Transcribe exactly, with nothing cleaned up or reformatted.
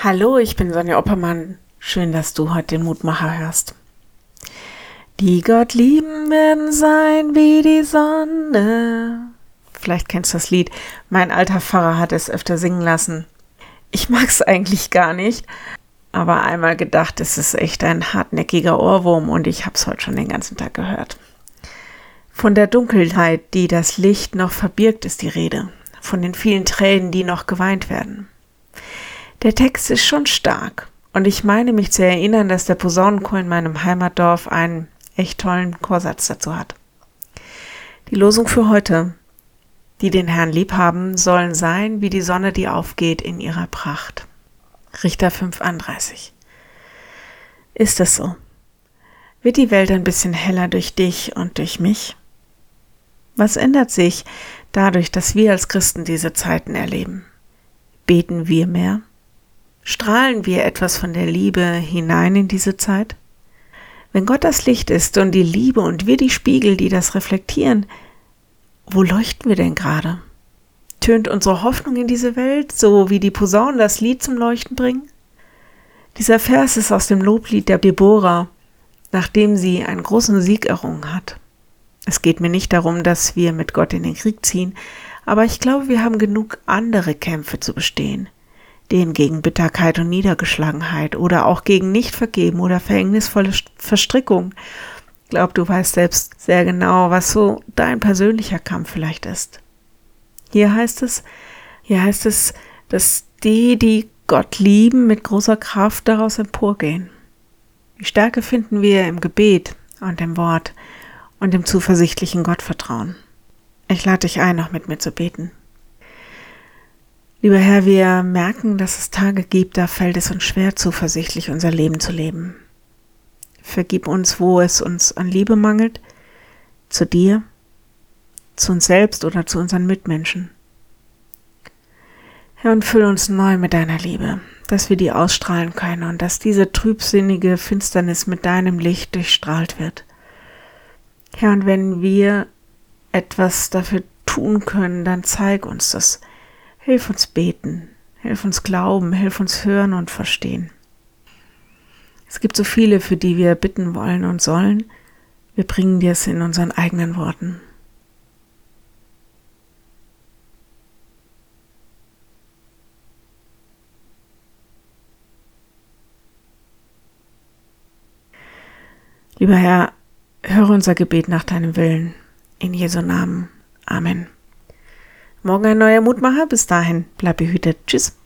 Hallo, ich bin Sonja Oppermann. Schön, dass du heute den Mutmacher hörst. Die Gott lieben werden sein wie die Sonne. Vielleicht kennst du das Lied. Mein alter Pfarrer hat es öfter singen lassen. Ich mag es eigentlich gar nicht, aber einmal gedacht, es ist echt ein hartnäckiger Ohrwurm und ich habe es heute schon den ganzen Tag gehört. Von der Dunkelheit, die das Licht noch verbirgt, ist die Rede. Von den vielen Tränen, die noch geweint werden. Der Text ist schon stark und ich meine mich zu erinnern, dass der Posaunenchor in meinem Heimatdorf einen echt tollen Chorsatz dazu hat. Die Losung für heute: Die den Herrn lieb haben, sollen sein wie die Sonne, die aufgeht in ihrer Pracht. Richter fünf einunddreißig. Ist es so? Wird die Welt ein bisschen heller durch dich und durch mich? Was ändert sich dadurch, dass wir als Christen diese Zeiten erleben? Beten wir mehr? Strahlen wir etwas von der Liebe hinein in diese Zeit? Wenn Gott das Licht ist und die Liebe und wir die Spiegel, die das reflektieren, wo leuchten wir denn gerade? Tönt unsere Hoffnung in diese Welt, so wie die Posaunen das Lied zum Leuchten bringen? Dieser Vers ist aus dem Loblied der Deborah, nachdem sie einen großen Sieg errungen hat. Es geht mir nicht darum, dass wir mit Gott in den Krieg ziehen, aber ich glaube, wir haben genug andere Kämpfe zu bestehen. Den gegen Bitterkeit und Niedergeschlagenheit oder auch gegen Nichtvergeben oder verhängnisvolle Verstrickung. Ich glaube, du weißt selbst sehr genau, was so dein persönlicher Kampf vielleicht ist. Hier heißt es, hier heißt es, dass die, die Gott lieben, mit großer Kraft daraus emporgehen. Die Stärke finden wir im Gebet und im Wort und im zuversichtlichen Gottvertrauen. Ich lade dich ein, noch mit mir zu beten. Lieber Herr, wir merken, dass es Tage gibt, da fällt es uns schwer, zuversichtlich unser Leben zu leben. Vergib uns, wo es uns an Liebe mangelt, zu dir, zu uns selbst oder zu unseren Mitmenschen. Herr, und fülle uns neu mit deiner Liebe, dass wir die ausstrahlen können und dass diese trübsinnige Finsternis mit deinem Licht durchstrahlt wird. Herr, und wenn wir etwas dafür tun können, dann zeig uns das. Hilf uns beten, hilf uns glauben, hilf uns hören und verstehen. Es gibt so viele, für die wir bitten wollen und sollen. Wir bringen dir es in unseren eigenen Worten. Lieber Herr, höre unser Gebet nach deinem Willen. In Jesu Namen. Amen. Morgen ein neuer Mutmacher. Bis dahin, bleib behütet. Tschüss.